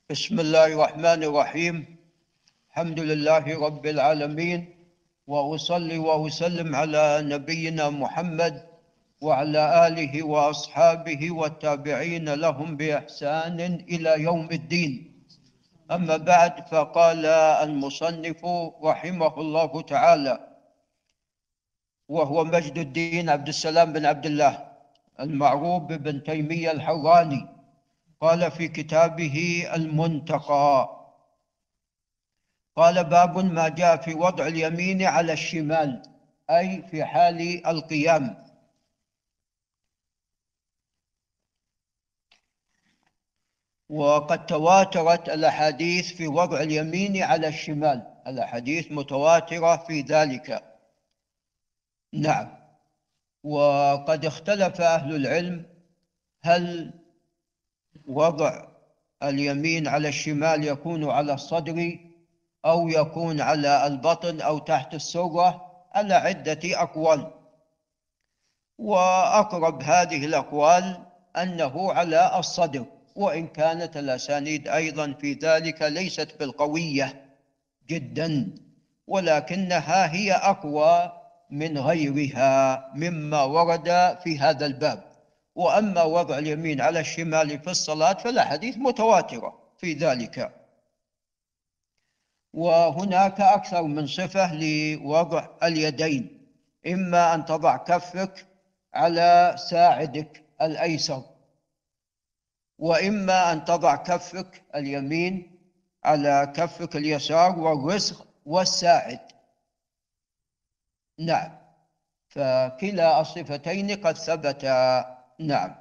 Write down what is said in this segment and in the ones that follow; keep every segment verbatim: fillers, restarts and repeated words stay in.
بسم الله الرحمن الرحيم. الحمد لله رب العالمين، وأصلي وأسلم على نبينا محمد وعلى آله وأصحابه والتابعين لهم بإحسان إلى يوم الدين. أما بعد، فقال المصنف رحمه الله تعالى، وهو مجد الدين عبد السلام بن عبد الله المعروف بابن تيمية الحراني، قال في كتابه المنتقى، قال: باب ما جاء في وضع اليمين على الشمال، أي في حال القيام. وقد تواترت الأحاديث في وضع اليمين على الشمال، الأحاديث متواترة في ذلك. نعم. وقد اختلف أهل العلم هل وضع اليمين على الشمال يكون على الصدر أو يكون على البطن أو تحت السرة، على عدة أقوال، وأقرب هذه الأقوال أنه على الصدر، وإن كانت الأسانيد أيضا في ذلك ليست بالقوية جدا، ولكنها هي أقوى من غيرها مما ورد في هذا الباب. وأما وضع اليمين على الشمال في الصلاة فالأحاديث متواترة في ذلك، وهناك أكثر من صفة لوضع اليدين، إما أن تضع كفك على ساعدك الأيسر، وإما أن تضع كفك اليمين على كفك اليسار، والرسغ والساعد. نعم، فكلا الصفتين قد ثبتا. نعم.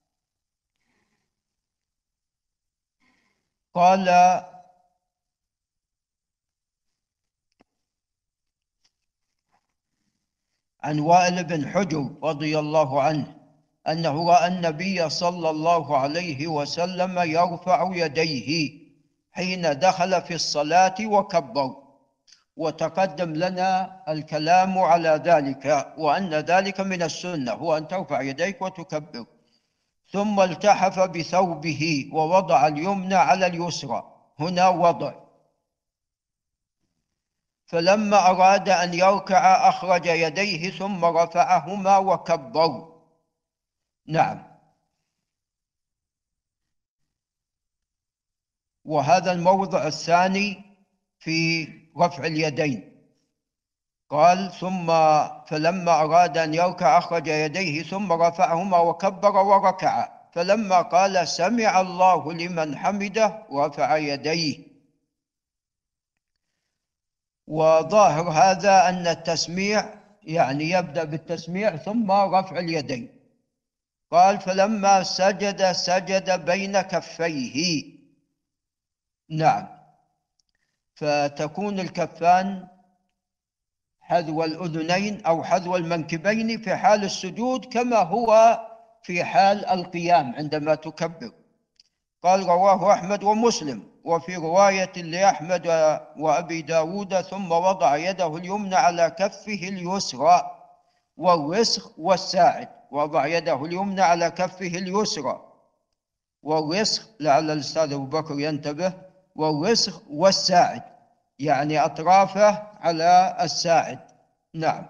قال: عن وائل بن حجر رضي الله عنه أنه رأى النبي صلى الله عليه وسلم يرفع يديه حين دخل في الصلاة وكبر، وتقدم لنا الكلام على ذلك، وأن ذلك من السنة، هو أن ترفع يديك وتكبر. ثم التحف بثوبه ووضع اليمنى على اليسرى، هنا وضع. فلما أراد أن يركع أخرج يديه ثم رفعهما وكبر. نعم. وهذا الموضع الثاني في رفع اليدين. قال: ثم فلما أراد أن يركع أخرج يديه ثم رفعهما وكبر وركع، فلما قال سمع الله لمن حمده رفع يديه. وظاهر هذا أن التسميع يعني يبدأ بالتسميع ثم رفع اليدين. قال: فلما سجد سجد بين كفيه. نعم، فتكون الكفان حذو الأذنين أو حذو المنكبين في حال السجود، كما هو في حال القيام عندما تكبر. قال: رواه أحمد ومسلم، وفي رواية لأحمد وأبي داود: ثم وضع يده اليمنى على كفه اليسرى والرسغ والساعد. وضع يده اليمنى على كفه اليسرى والرسغ، لعل الأستاذ أبو بكر ينتبه، والرسغ والساعد، يعني أطرافه على الساعد. نعم.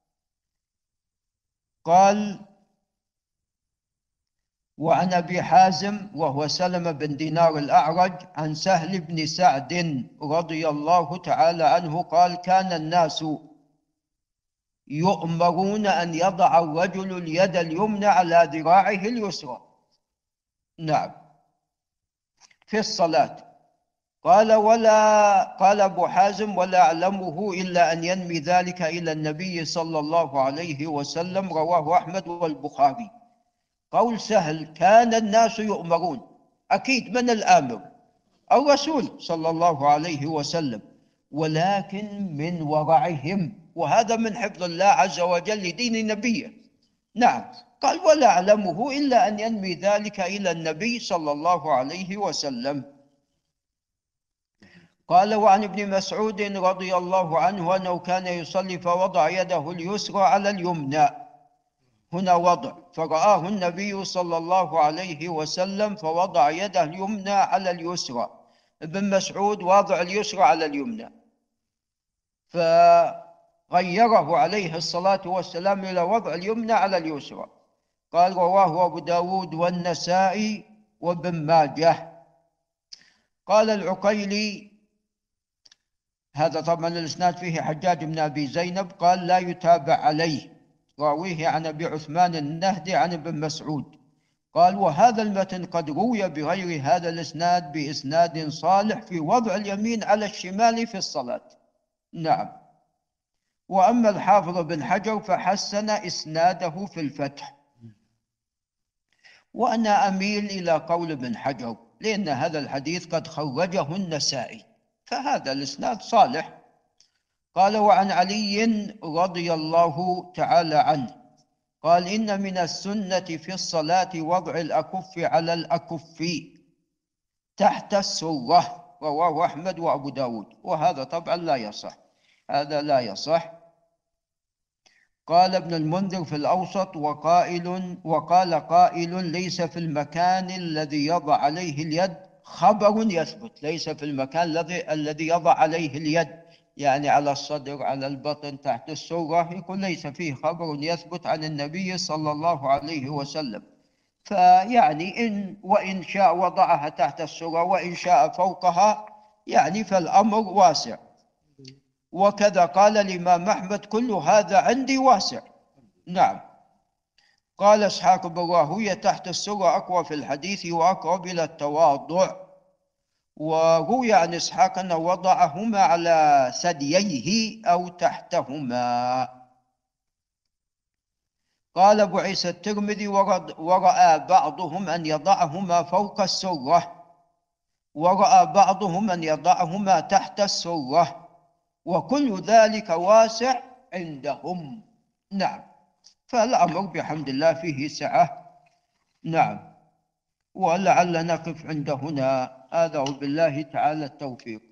قال: وعن أبي حازم وهو سلمة بن دينار الأعرج عن سهل بن سعد رضي الله تعالى عنه قال: كان الناس يؤمرون أن يضع الرجل اليد اليمنى على ذراعه اليسرى. نعم، في الصلاة. قال: ولا قال أبو حازم: ولا أعلمه إلا أن ينمي ذلك إلى النبي صلى الله عليه وسلم. رواه أحمد والبخاري. قول سهل كان الناس يؤمرون، أكيد من الآمر؟ الرسول صلى الله عليه وسلم، ولكن من ورعهم، وهذا من حفظ الله عز وجل لدين نبيه. نعم. قال: ولا أعلمه إلا أن ينمي ذلك إلى النبي صلى الله عليه وسلم. قال: وعن ابن مسعود رضي الله عنه أنه كان يصلي فوضع يده اليسرى على اليمنى، هنا وضع، فرآه النبي صلى الله عليه وسلم فوضع يده اليمنى على اليسرى، ابن مسعود واضع اليسرى على اليمنى، فغيره عليه الصلاة والسلام إلى وضع اليمنى على اليسرى. قال رواه أبو داود والنسائي وابن ماجه. قال العقيلي، هذا طبعا الإسناد فيه حجاج بن أبي زينب، قال لا يتابع عليه، راويه عن أبي عثمان النهدي عن ابن مسعود. قال وهذا المتن قد روي بغير هذا الإسناد بإسناد صالح في وضع اليمين على الشمال في الصلاة. نعم. وأما الحافظ بن حجر فحسن إسناده في الفتح، وأنا أميل إلى قول ابن حجر، لأن هذا الحديث قد خرجه النسائي، فهذا الإسناد صالح. قال وعن علي رضي الله تعالى عنه قال إن من السنة في الصلاة وضع الأكف على الأكف تحت السرة، رواه أحمد وأبو داود، وهذا طبعا لا يصح، هذا لا يصح. قال ابن المنذر في الأوسط وقائل وقال قائل ليس في المكان الذي يضع عليه اليد خبر يثبت، ليس في المكان الذي الذي يضع عليه اليد، يعني على الصدر، على البطن، تحت السرة، يقول ليس فيه خبر يثبت عن النبي صلى الله عليه وسلم. فيعني إن وإن شاء وضعها تحت السرة وإن شاء فوقها، يعني فالأمر واسع. وكذا قال الإمام أحمد كل هذا عندي واسع. نعم. قال إسحاق بن راهويه تحت السرة أقوى في الحديث وأقرب إلى التواضع. وروي عن إسحاق أنه وضعهما على ثدييه أو تحتهما. قال أبو عيسى الترمذي ورأى بعضهم أن يضعهما فوق السرة، ورأى بعضهم أن يضعهما تحت السرة، وكل ذلك واسع عندهم. نعم. فالأمر بحمد الله فيه سعة. نعم. ولعل نقف عند هنا، هذا وبالله تعالى التوفيق.